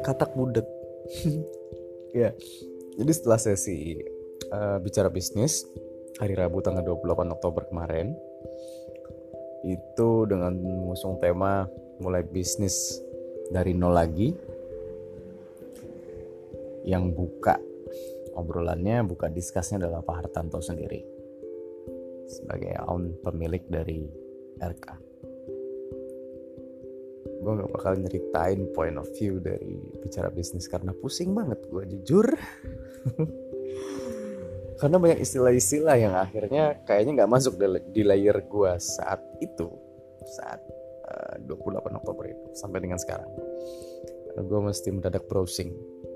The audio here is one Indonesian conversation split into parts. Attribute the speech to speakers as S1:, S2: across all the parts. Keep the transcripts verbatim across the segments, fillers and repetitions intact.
S1: katak budek. Ya, jadi setelah sesi uh, bicara bisnis hari Rabu tanggal dua puluh delapan Oktober kemarin, itu dengan mengusung tema mulai bisnis dari nol lagi, yang buka obrolannya, buka diskusnya adalah Pak Hartanto sendiri sebagai own pemilik dari R K. Gue gak bakal nyeritain point of view dari bicara bisnis karena pusing banget gue jujur. Karena banyak istilah-istilah yang akhirnya kayaknya gak masuk di layer gue saat itu, saat uh, dua puluh delapan Oktober itu sampai dengan sekarang. Karena gue mesti mendadak browsing.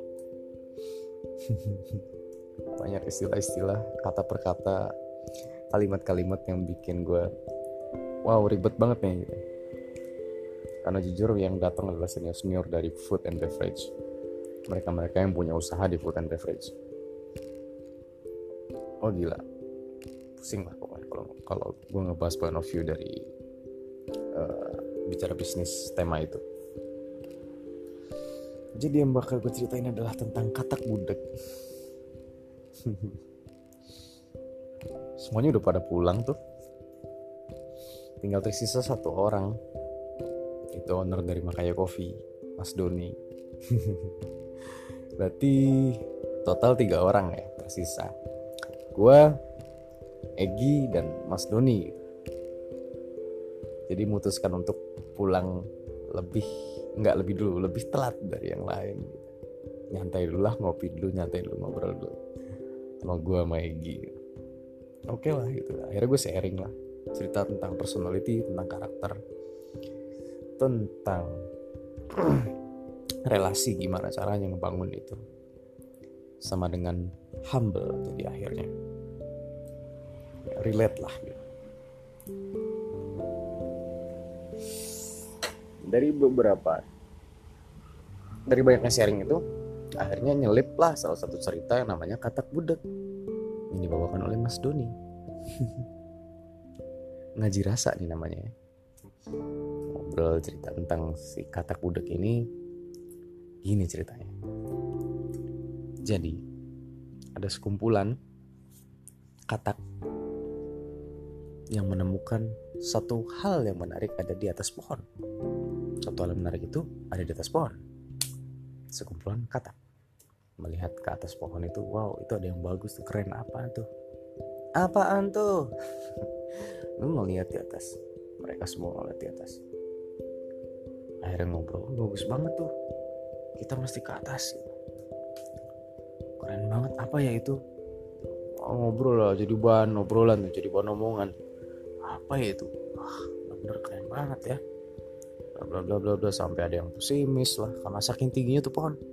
S1: Banyak istilah-istilah, kata per kata, kalimat-kalimat yang bikin gue wow, ribet banget nih gitu. Karena jujur yang datang adalah senior-senior dari food and beverage, mereka-mereka yang punya usaha di food and beverage. Oh gila, pusing lah pokoknya kalau kalau gue ngebahas point of view dari uh, bicara bisnis tema itu. Jadi yang bakal gue ceritain adalah tentang katak budek. Semuanya udah pada pulang tuh, tinggal tersisa satu orang. Itu owner dari Makaya Coffee, Mas Doni. Berarti total tiga orang ya tersisa. Gua, Egi, dan Mas Doni. Jadi memutuskan untuk pulang lebih, nggak lebih dulu, lebih telat dari yang lain. Nyantai dulu lah, ngopi dulu, nyantai dulu, ngobrol dulu sama gue sama Egi. Oke lah gitu. Akhirnya gue sharing lah, cerita tentang personality, tentang karakter, tentang relasi, gimana caranya ngebangun itu, sama dengan humble. Jadi akhirnya relate lah gitu. Dari beberapa dari banyaknya sharing itu, akhirnya nyelip lah salah satu cerita yang namanya katak budek yang dibawakan oleh Mas Doni. Ngaji rasa nih namanya ya. Ngobrol cerita tentang si katak budek ini. Gini ceritanya. Jadi ada sekumpulan katak yang menemukan satu hal yang menarik ada di atas pohon. Satu hal yang menarik itu ada di atas pohon. Sekumpulan katak melihat ke atas pohon itu, wow, itu ada yang bagus tuh, keren. Apaan tuh? Apaan tuh? Lu ngeliat di atas. Mereka semua ngeliat di atas. Akhirnya ngobrol, bagus banget tuh, kita mesti ke atas. Keren banget, apa ya itu? Oh, ngobrol lah, jadi bahan obrolan tuh, jadi bahan omongan. Apa ya itu? Wah, bener keren banget ya. Bla bla bla bla, sampai ada yang pesimis lah karena saking tingginya tuh pohon.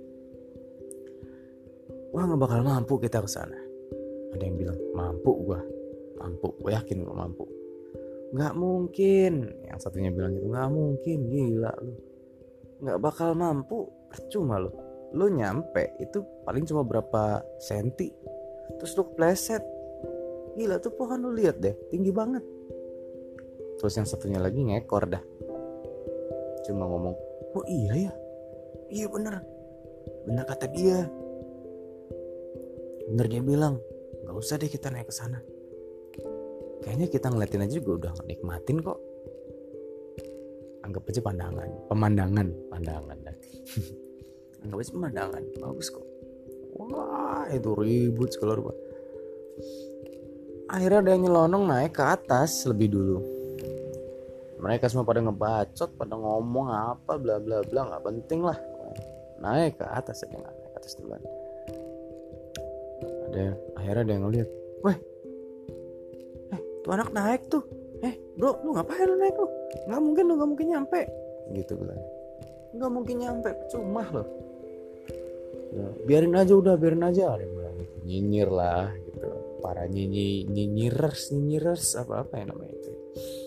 S1: Wah, nggak bakal mampu kita ke sana. Ada yang bilang mampu, gua mampu, gue yakin gua mampu. Nggak mungkin. Yang satunya bilang gitu, nggak mungkin, gila lu, nggak bakal mampu, percuma lu. Lu nyampe itu paling cuma berapa senti, terus lu pleset. Gila tuh pohon, lu lihat deh, tinggi banget. Terus yang satunya lagi ngekor dah, cuma ngomong, oh iya ya, iya bener, bener kata dia. Bener dia bilang, nggak usah deh kita naik ke sana. Kayaknya kita ngeliatin aja juga udah nikmatin kok. Anggap aja pandangan, pemandangan, pandangan dah. Anggap aja pemandangan, bagus kok. Wah, itu ribut segala rupa. Akhirnya ada yang nyelonong naik ke atas lebih dulu. Mereka semua pada ngebacot, pada ngomong apa, bla bla bla, nggak penting lah. Naik ke atas aja, nggak naik ke atas duluan. Ada, akhirnya ada yang ngeliat, weh, eh, tuh anak naik tuh, eh, bro, lu ngapain lu naik lu? Nggak mungkin lu, nggak mungkin nyampe, gitu bilang. Nggak mungkin nyampe, percuma loh. Ya, biarin aja udah, biarin aja, ada yang bilang gitu. Nyinyir lah, gitu. Para nyinyi, nyinyirers, nyinyirers, apa apa ya namanya itu.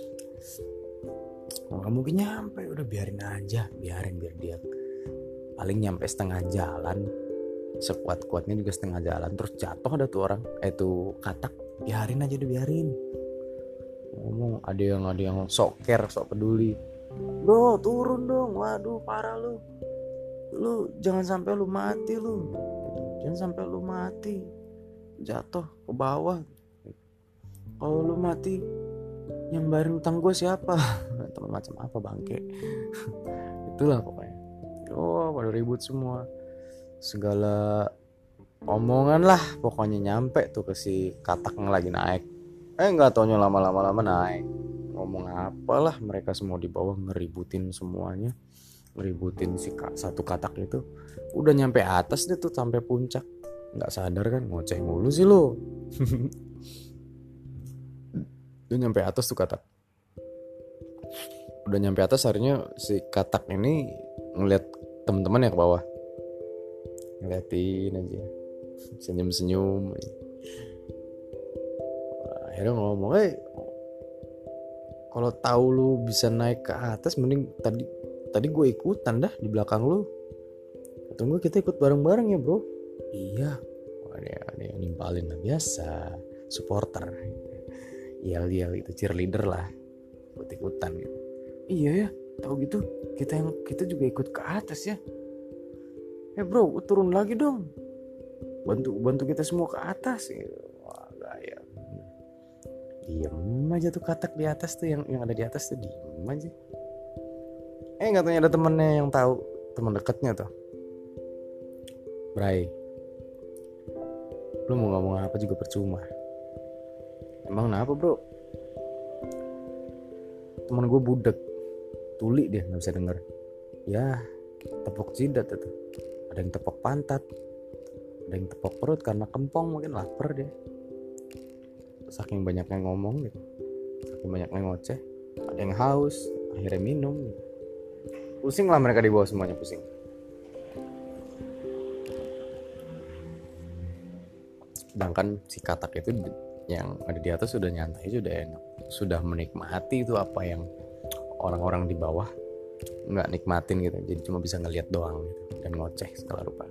S1: Nggak mungkin nyampe, udah biarin aja, biarin biar dia. Paling nyampe setengah jalan. Sekuat-kuatnya juga setengah jalan, terus jatuh ada tuh orang, eh tuh katak, biarin aja, udah biarin. Ngomong ada yang ada yang sok care, sok peduli. Bro, turun dong, waduh parah lu. lu jangan sampai lu mati lu, jangan sampai lu mati jatuh ke bawah. Kalau lu mati yang bayarin utang gue siapa? Teman macam apa bangke. Itulah pokoknya. Oh pada ribut semua, segala omongan lah pokoknya nyampe tuh ke si katak yang lagi naik. Eh nggak taunya lama-lama lama naik. Ngomong apalah, mereka semua di bawah ngeributin semuanya, ngeributin si satu katak itu. Udah nyampe atas deh tuh, sampai puncak. Nggak sadar kan, ngoceh mulu sih lo. Udah nyampe atas tuh katak. Udah nyampe atas, akhirnya si katak ini ngeliat teman-teman yang ke bawah, ngeliatin aja, senyum-senyum. Akhirnya ngomong, eh kalau tahu lu bisa naik ke atas, mending tadi tadi gue ikutan dah di belakang lu. Tunggu kita ikut bareng-bareng ya bro. Iya, ada ada yang nimpalin lah, biasa supporter, yel-yel itu cheerleader lah, ikut-ikutan gitu. Iya ya, tahu gitu kita yang kita juga ikut ke atas ya. Eh bro, turun lagi dong, bantu bantu kita semua ke atas. Wah gaya. Diem aja tuh katak di atas tuh, yang yang ada di atas tuh diem aja. Eh nggak tanya, ada temennya yang tahu, teman dekatnya tuh. Bray, lu mau ngomong apa juga percuma. Emang kenapa bro? Temen gue budek, tuli dia nggak bisa denger. Ya tepuk jidat itu, ada yang tepuk pantat, ada yang tepuk perut karena kempong, mungkin lapar dia. Saking banyaknya ngomong gitu, saking banyaknya ngoceh, ada yang haus, akhirnya minum gitu. Pusing lah mereka di bawah, semuanya pusing. Sedangkan si katak itu yang ada di atas sudah nyantai, sudah enak, sudah menikmati itu apa yang orang-orang di bawah nggak nikmatin gitu. Jadi cuma bisa ngelihat doang gitu, dan ngoceh segala rupa.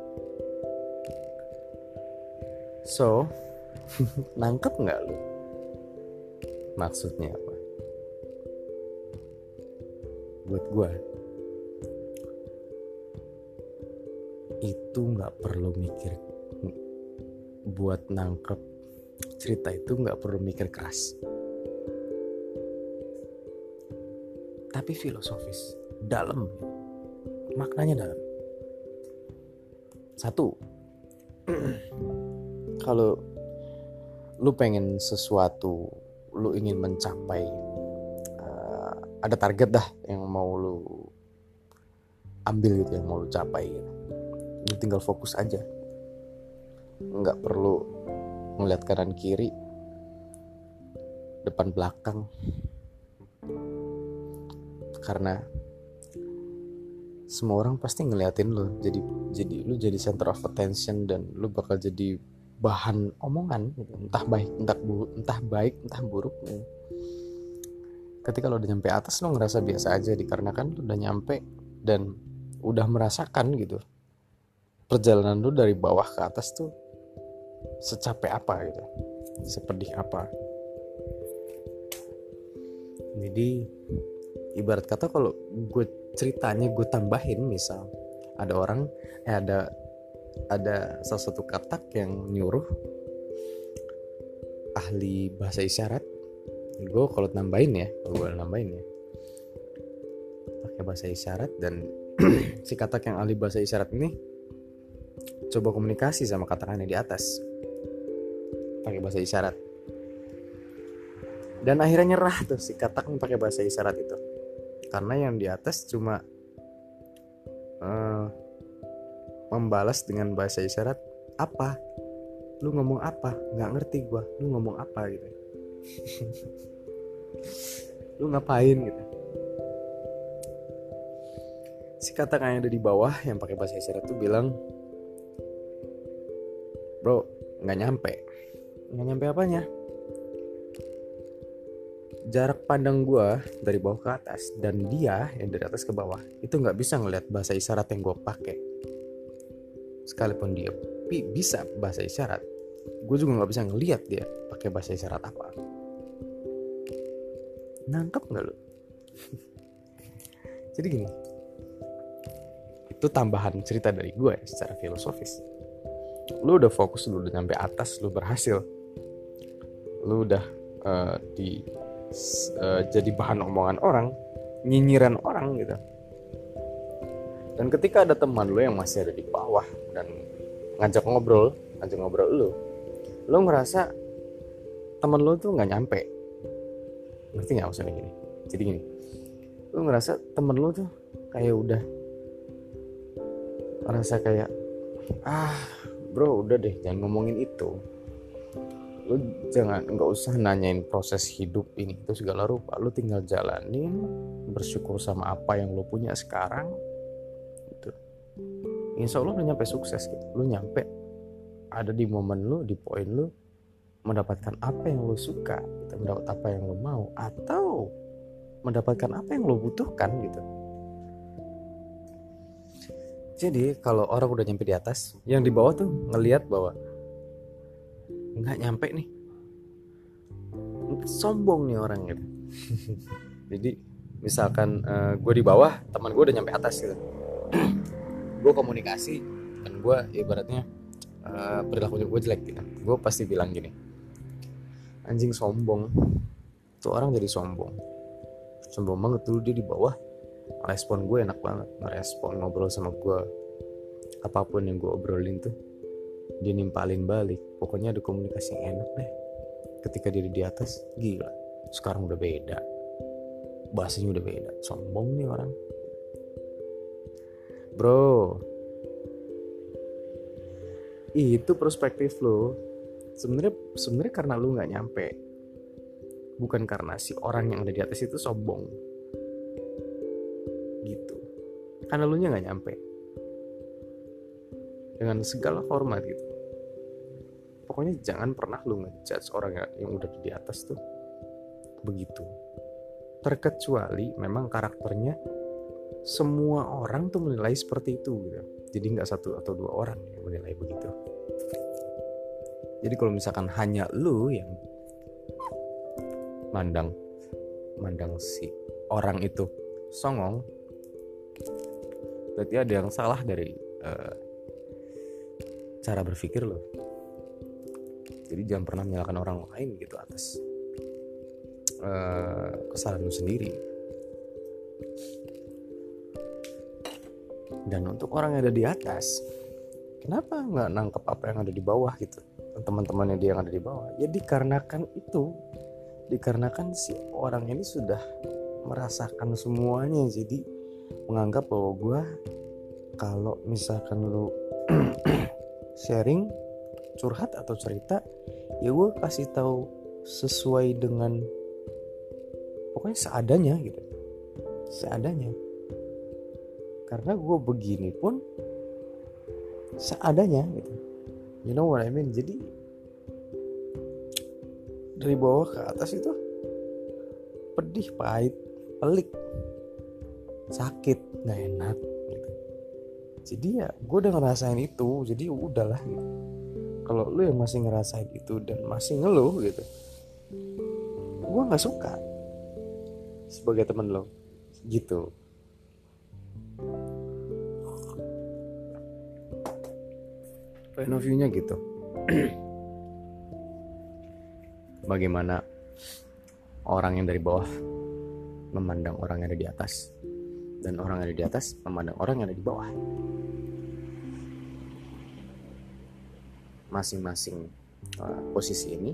S1: So nangkep nggak lu maksudnya apa? Buat gue itu nggak perlu mikir. Buat nangkep cerita itu nggak perlu mikir keras, tapi filosofis, dalam, maknanya dalam. Satu, kalau lu pengen sesuatu, lu ingin mencapai, uh, ada target dah yang mau lu ambil gitu, yang mau lu capai gitu. Lu tinggal fokus aja, nggak perlu ngeliat kanan kiri, depan belakang, karena semua orang pasti ngeliatin lu. Jadi jadi lu jadi center of attention, dan lu bakal jadi bahan omongan gitu. Entah baik entah buruk, entah baik entah buruk gitu. Ketika lu udah nyampe atas, lu ngerasa biasa aja, dikarenakan lu udah nyampe dan udah merasakan gitu perjalanan lu dari bawah ke atas tuh secapek apa gitu, sepedih apa. Jadi ibarat kata kalau gue ceritanya gue tambahin, misal ada orang eh ada ada salah satu katak yang nyuruh ahli bahasa isyarat, gue kalau nambahin ya, kalau gue nambahin ya pakai bahasa isyarat, dan si katak yang ahli bahasa isyarat ini coba komunikasi sama katakannya di atas pakai bahasa isyarat, dan akhirnya nyerah tuh si katak yang pakai bahasa isyarat itu, karena yang di atas cuma uh, membalas dengan bahasa isyarat. Apa? Lu ngomong apa? Nggak ngerti gua. Lu ngomong apa gitu? Lu ngapain gitu? Si katak yang ada di bawah yang pakai bahasa isyarat tuh bilang, bro, nggak nyampe. Nggak nyampe apanya? Jarak pandang gue dari bawah ke atas dan dia yang dari atas ke bawah itu nggak bisa ngeliat bahasa isyarat yang gue pakai. Sekalipun dia bisa bahasa isyarat, gue juga nggak bisa ngeliat dia pakai bahasa isyarat apa. Nangkep nggak lo? Jadi gini, itu tambahan cerita dari gue ya, secara filosofis. Lu udah fokus, lu udah nyampe atas, lu berhasil, lu udah uh, di uh, jadi bahan omongan orang, nyinyiran orang gitu. Dan ketika ada teman lu yang masih ada di bawah dan ngajak ngobrol, ngajak ngobrol lu, lu ngerasa teman lu tuh nggak nyampe. Ngerti nggak maksudnya gini? Jadi gini, lu ngerasa temen lu tuh kayak udah ngerasa kayak ah bro udah deh jangan ngomongin itu, lu jangan nggak usah nanyain proses hidup ini itu segala rupa, lu tinggal jalanin, bersyukur sama apa yang lu punya sekarang gitu. Insya Allah lu nyampe sukses gitu. Lu nyampe ada di momen lu, di poin lu mendapatkan apa yang lu suka gitu, mendapat apa yang lu mau, atau mendapatkan apa yang lo butuhkan gitu. Jadi kalau orang udah nyampe di atas, yang di bawah tuh ngelihat bahwa nggak nyampe nih, sombong nih orang gitu. Jadi misalkan uh, gue di bawah, teman gue udah nyampe atas gitu. Gue komunikasi dan gue ibaratnya uh, perilakunya gue jelek gitu. Gue pasti bilang gini, anjing sombong. Tuh orang jadi sombong. Sombong banget dulu dia di bawah, respon gue enak banget, ngerespon ngobrol sama gue, apapun yang gue obrolin tuh dia nimpalin balik. Pokoknya ada komunikasi yang enak deh. Ketika dia di atas, gila, sekarang udah beda, bahasanya udah beda. Sombong nih orang, bro. Itu perspektif lo. Sebenarnya sebenarnya karena lu nggak nyampe, bukan karena si orang yang ada di atas itu sombong gitu, karena lu nya nggak nyampe. Dengan segala hormat gitu, pokoknya jangan pernah lu ngejudge orang yang udah di atas tuh begitu, terkecuali memang karakternya semua orang tuh menilai seperti itu gitu. Jadi nggak satu atau dua orang yang menilai begitu. Jadi kalau misalkan hanya lu yang mandang mandang si orang itu songong, berarti ada yang salah dari uh, cara berpikir lo. Jadi jangan pernah menyalahkan orang lain gitu atas uh, kesalahan lo sendiri. Dan untuk orang yang ada di atas, kenapa nggak nangkep apa yang ada di bawah gitu, teman-temannya dia yang ada di bawah? Ya dikarenakan itu, dikarenakan si orang ini sudah merasakan semuanya. Jadi menganggap bahwa gue kalau misalkan lu sharing, curhat atau cerita, ya gue kasih tahu sesuai dengan pokoknya seadanya gitu, seadanya. Karena gue begini pun seadanya gitu, you know what I mean. Jadi dari bawah ke atas itu pedih, pahit, pelik, sakit, nggak enak gitu. Jadi ya gue udah ngerasain itu, jadi udahlah gitu. Kalau lu yang masih ngerasain itu dan masih ngeluh gitu, gue nggak suka sebagai temen lo gitu. Point of view-nya gitu. Bagaimana orang yang dari bawah memandang orang yang ada di atas, dan orang yang ada di atas memandang orang yang ada di bawah. Masing-masing uh, posisi ini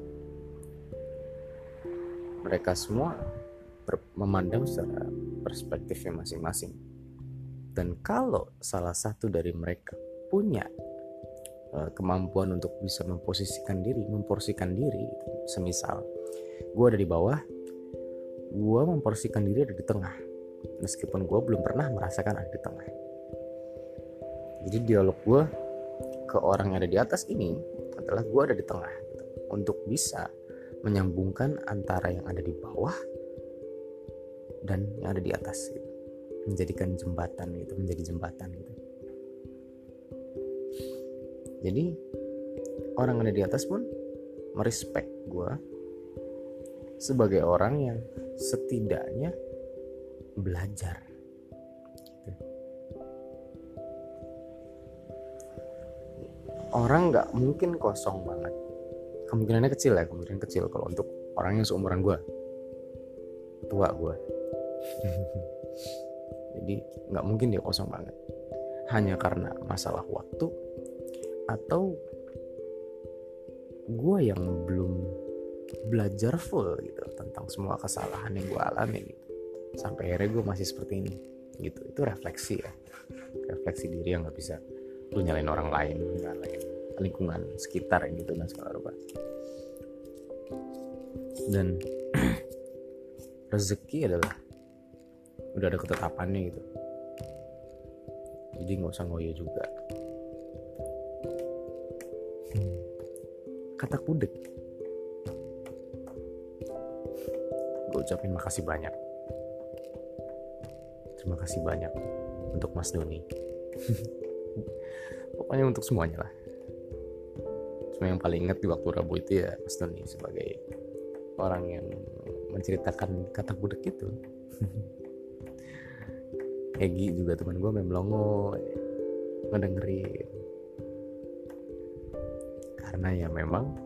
S1: mereka semua ber- memandang secara perspektifnya masing-masing. Dan kalau salah satu dari mereka punya uh, kemampuan untuk bisa memposisikan diri, memporsikan diri, semisal gue ada di bawah, gue memporsikan diri ada di tengah, meskipun gue belum pernah merasakan ada di tengah. Jadi dialog gue ke orang yang ada di atas ini adalah gue ada di tengah gitu, untuk bisa menyambungkan antara yang ada di bawah dan yang ada di atas gitu. Menjadikan jembatan gitu, menjadi jembatan gitu. Jadi orang yang ada di atas pun merespek gue sebagai orang yang setidaknya belajar gitu. orang nggak mungkin kosong banget. Kemungkinannya kecil ya, kemungkinan kecil kalau untuk orang yang seumuran gue, tua gue. Jadi nggak mungkin dia kosong banget. Hanya karena masalah waktu atau gue yang belum belajar full gitu tentang semua kesalahan yang gue alami gitu. Sampai akhirnya gue masih seperti ini gitu. Itu refleksi ya, refleksi diri yang nggak bisa lu nyalain orang lain, nyalain lingkungan sekitar gitu dan segala rupa. Dan rezeki adalah udah ada ketetapannya gitu, jadi nggak usah ngoyo juga. Kata kudek, gue ucapin makasih banyak. Terima kasih banyak untuk Mas Doni. Pokoknya untuk semuanya lah. Cuma yang paling ingat di waktu Rabu itu ya Mas Doni sebagai orang yang menceritakan kata kudek itu. Egi juga teman gue main melongo ngedengerin, karena ya memang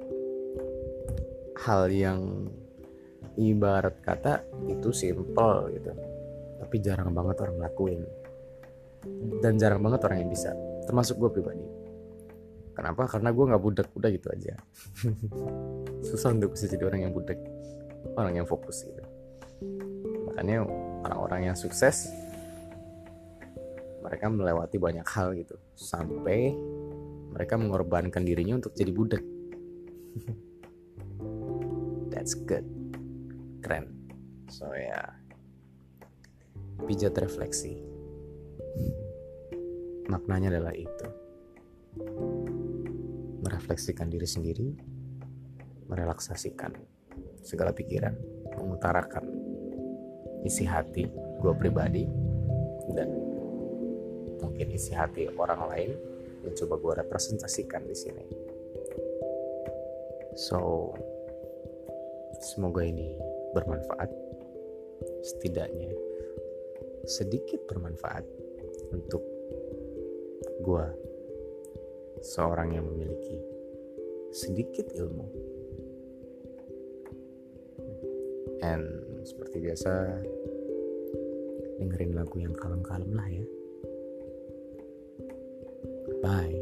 S1: hal yang ibarat kata itu simple gitu, tapi jarang banget orang ngelakuin dan jarang banget orang yang bisa, termasuk gue pribadi. Kenapa? Karena gue nggak budak, udah gitu aja. Susah untuk bisa jadi orang yang budak, orang yang fokus gitu. Makanya orang-orang yang sukses, mereka melewati banyak hal gitu, sampai mereka mengorbankan dirinya untuk jadi budak. That's good, keren. So ya, yeah. Pijat refleksi, maknanya adalah itu, merefleksikan diri sendiri, merelaksasikan segala pikiran, mengutarakan isi hati gue pribadi dan mungkin isi hati orang lain yang coba gue representasikan di sini. So, semoga ini bermanfaat, setidaknya sedikit bermanfaat untuk gue, seorang yang memiliki sedikit ilmu. And seperti biasa, dengerin lagu yang kalem-kalem lah ya. Bye.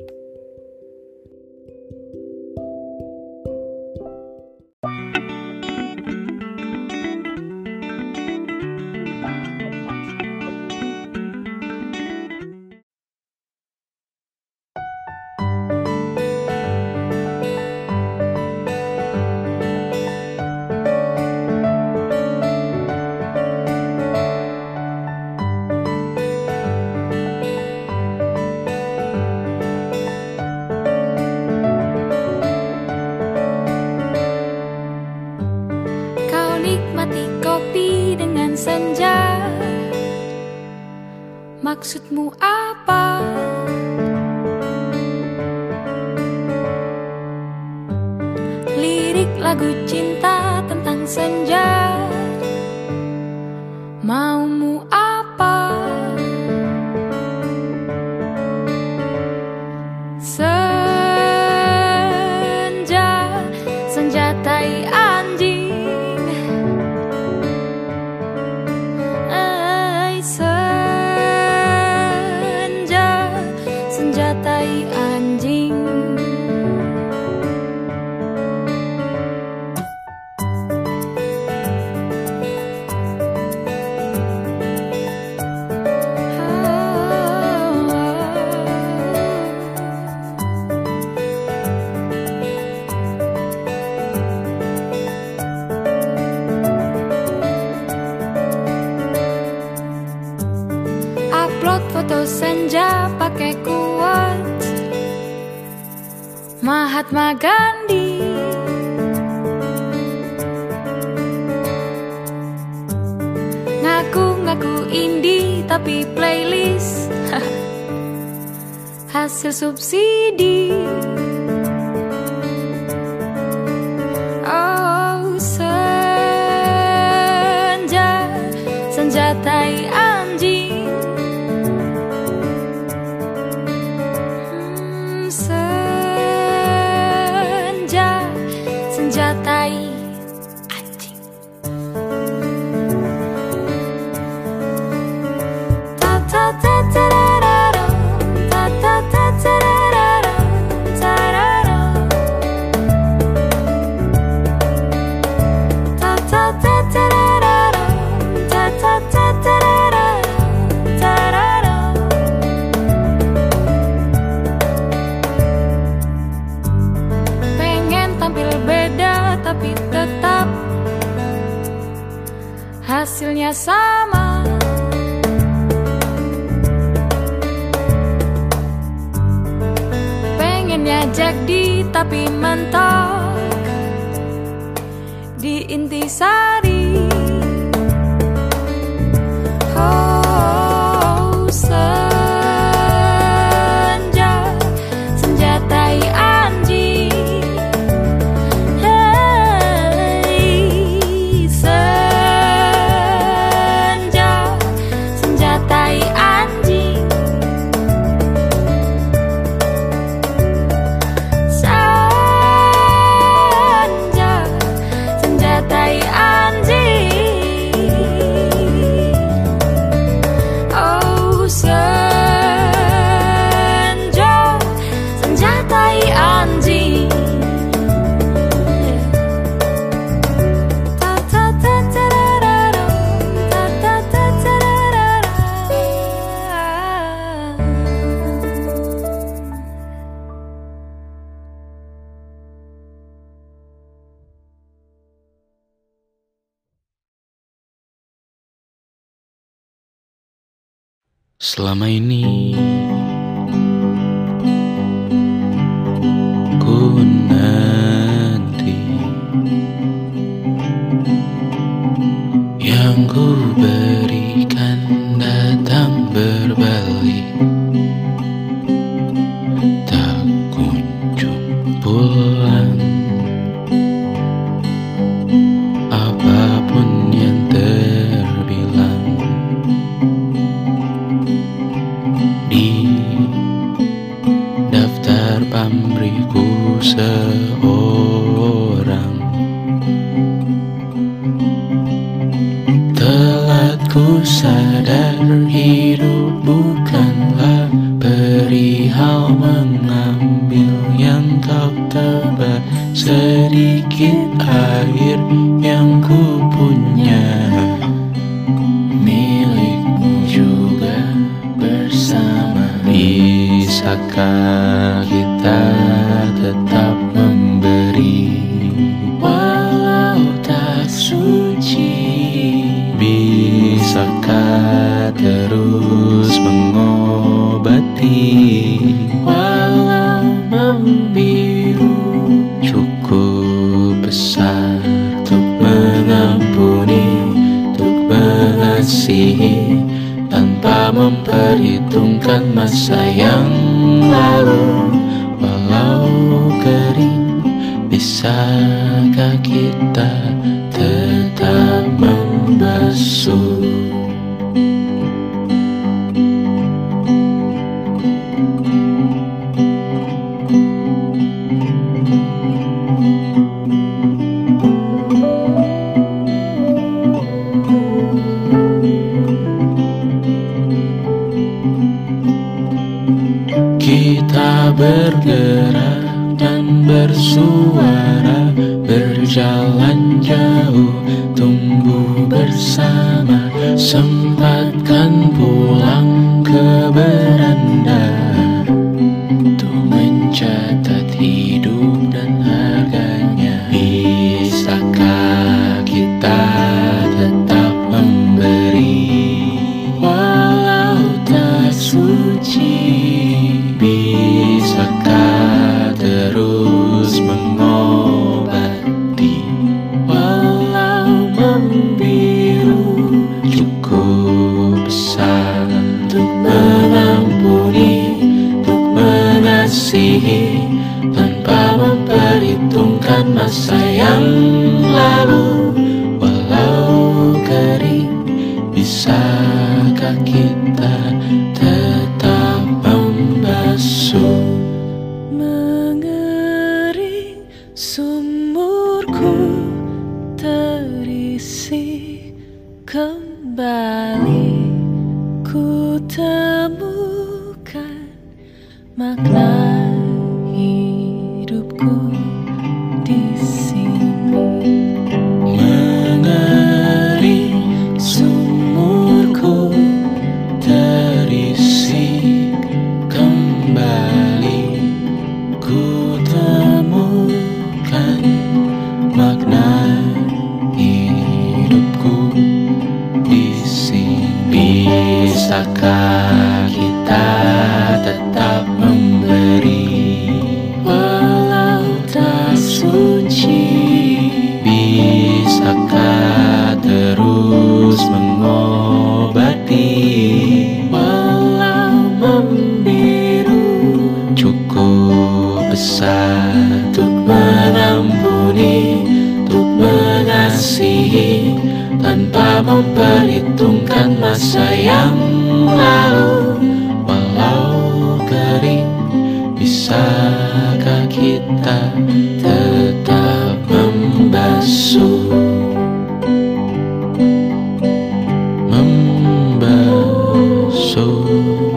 S2: Senja, maksudmu apa? Lirik lagu cinta tentang senja, maumu apa? Senja, senjatai anjing. Senjatai anjing. Upload foto senja pakai quotes Mahatma Gandhi. Ngaku-ngaku indie tapi playlist hasil subsidi. Oh senja, senjatai anjing. Hmm, senja. Hanya jadi tapi mentok di intisari. Oh, senja, senjatai anjing. Hey, senja, senjatai anjing. Senja, senjatai anjing. Oh, senja, senjatai anjing. Ta ta ta tararara, ta ta ta tararara.
S3: Selama ini ku nanti yang ku berikan datang berbalik, tak kunjung pulang. Apapun yang terbilang di daftar pamrihku seorang, telah ku sadar hidup bukanlah perihal mengambil yang kau tebar. Sedikit air yang ku punya milikmu juga bersama. Bisakah kita tetap memberi walau tak suci? Bisakah terus mengobati walau membiru? Cukup besar untuk mengampuni, untuk mengasihi, tanpa memperhitungkan masa yang lalu. Walau kering, bisakah kita tetap membasuh? Kita bergerak dan bersuara, berjalan jauh, tumbuh bersama. Sempatkan pulang ke beranda untuk mencatat hidup dan harganya. Bisakah kita tetap memberi walau tak suci? Bisakah terus mengobati walau membiru? Cukup besar untuk mengampuni, untuk mengasihi, tanpa memperhitungkan masa yang lalu. Walau kering, bisakah kita tetap membasuh?
S2: Mengering sumurku terisi kembali, ku temukan makna hidupku di sini.
S3: Mengering sumurku terisi kembali, ku temukan makna hidupku di sini. Bisakah kita tetap memberi memperhitungkan masa yang lalu. Walau kering, bisakah kita tetap membasuh, membasuh.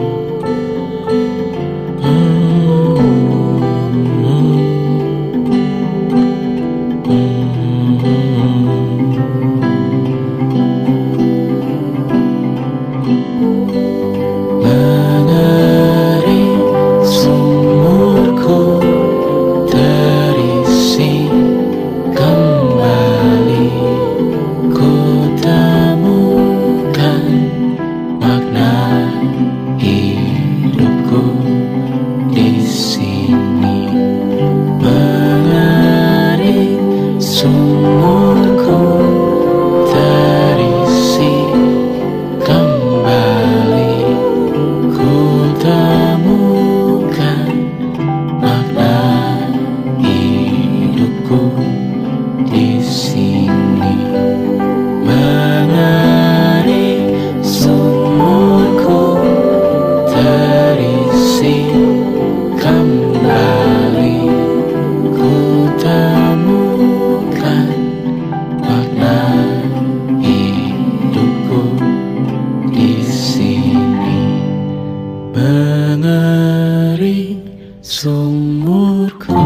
S3: Sumurku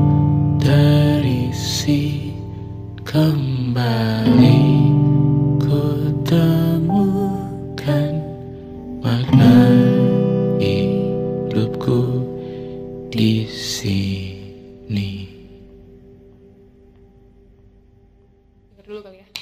S3: terisi kembali, ku temukan makna hidupku di sini.
S4: Dulu kali ya.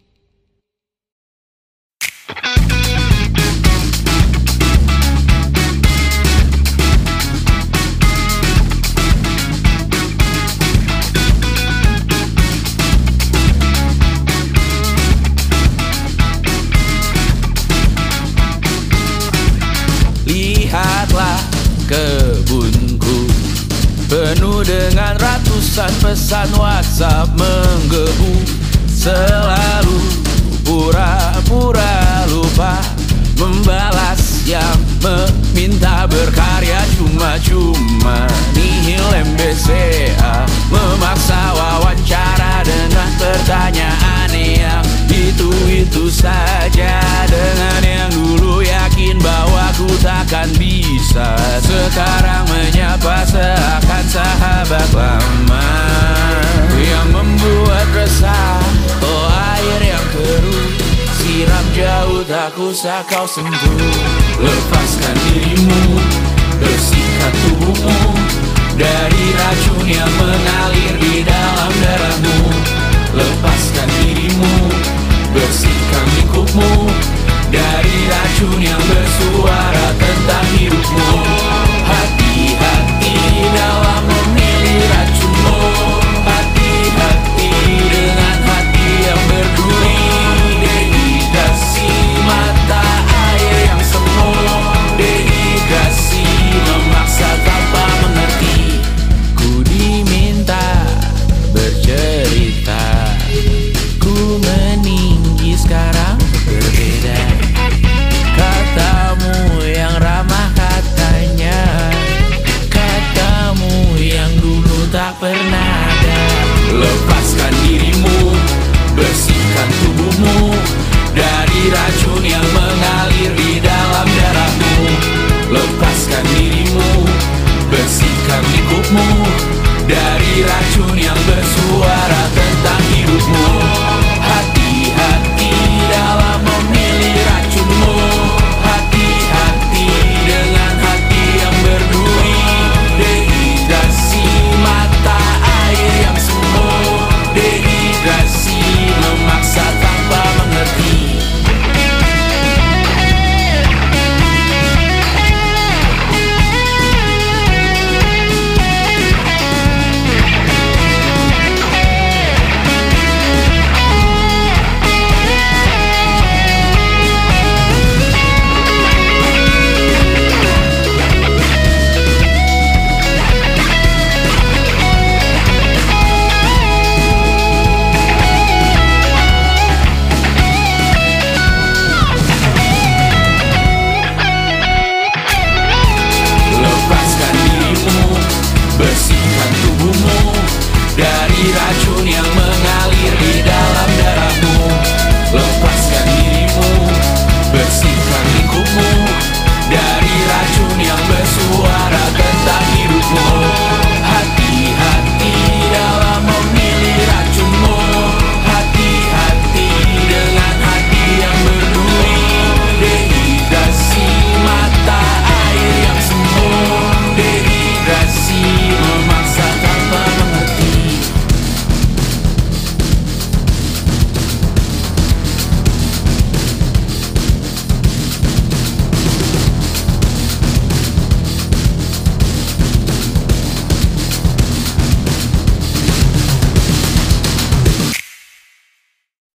S5: Lihatlah kebunku penuh dengan ratusan pesan WhatsApp menggebu. Selalu pura-pura lupa membalas yang meminta berkarya cuma-cuma. Nihil M B C A memaksa wawancara dengan pertanyaan yang itu-itu saja. Dengan yang dulu yakin bahwa ku takkan bisa, sekarang menyapa seakan sahabat lama. Yang membuat resah, oh air yang keruh, siram jauh tak usah kau sentuh. Lepaskan dirimu, bersihkan tubuhmu dari racun yang mengalir di dalam darahmu. Lepaskan dirimu, bersihkan lingkupmu dari racun yang bersuara tentang hidupmu. Hati-hati dalam memilih racunmu, hati-hati dengan hati yang berduri. Dehidrasi mata air yang semu, dehidrasi memaksa tanpa mengerti. Ku diminta bercerita, ku meninggi sekarang berbeda. Katamu yang ramah katanya, katamu yang dulu tak pernah ada. Lepaskan dirimu, bersihkan tubuhmu dari racun yang mengalir di dalam darahmu. Lepaskan dirimu, bersihkan lingkupmu dari racun yang bersuara tentang hidupmu.